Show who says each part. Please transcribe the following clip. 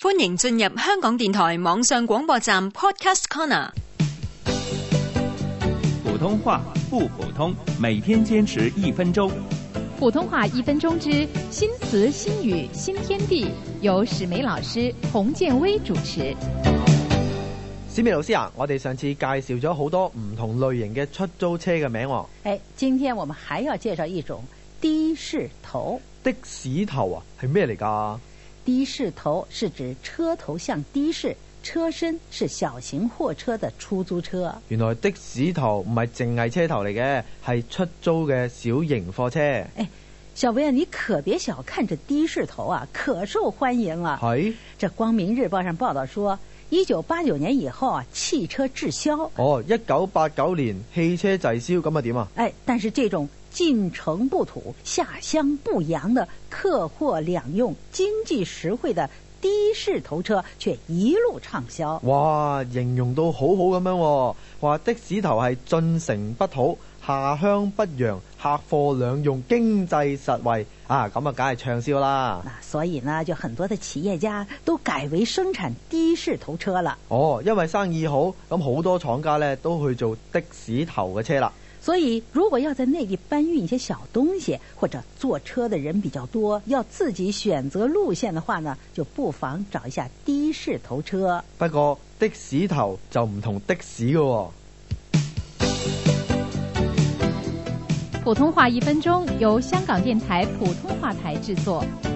Speaker 1: 歡迎進入香港電台網上廣播站 Podcast Corner。
Speaker 2: 普通話不普通，每天堅持1分鐘。
Speaker 3: 普通話1分鐘之新詞新語新天地，由史梅老師洪建威主持。
Speaker 4: 史美老師啊，我哋上次介紹咗好多唔同類型嘅出租車嘅名喎。
Speaker 5: 今天我們還要介紹一種的士頭。
Speaker 4: 的士頭啊，係咩嚟㗎？
Speaker 5: 的士頭是指車頭像的士，車身是小型貨車的出租車。
Speaker 4: 原來的士頭唔係淨係車頭嚟嘅，係出租嘅小型貨車。
Speaker 5: 小薇啊，你可別小看這的士頭啊，可受歡迎了。
Speaker 4: 係，
Speaker 5: 這光明日報上報道說1989年以後啊，汽車滯銷。
Speaker 4: 1989年汽車滯銷，咁啊點啊？
Speaker 5: 但是這種進城不土、下鄉不揚的客貨兩用、經濟實惠的的士頭車卻一路暢銷。
Speaker 4: 哇，形容到好好咁樣喎，話的士頭係進城不土、下鄉不揚、客貨兩用、經濟實惠啊，咁啊梗係暢銷啦。
Speaker 5: 所以呢，就很多的企業家都改為生產的士頭車了。
Speaker 4: 因為生意好，咁好多廠家呢都去做的士頭嘅車啦。
Speaker 5: 所以如果要在內地搬運一些小東西，或者坐車的人比較多，要自己選擇路線的話呢，就不妨找一下的士頭車。
Speaker 4: 不過的士頭就唔同的士嘅喎。
Speaker 3: 普通話1分鐘由香港電台普通話台製作。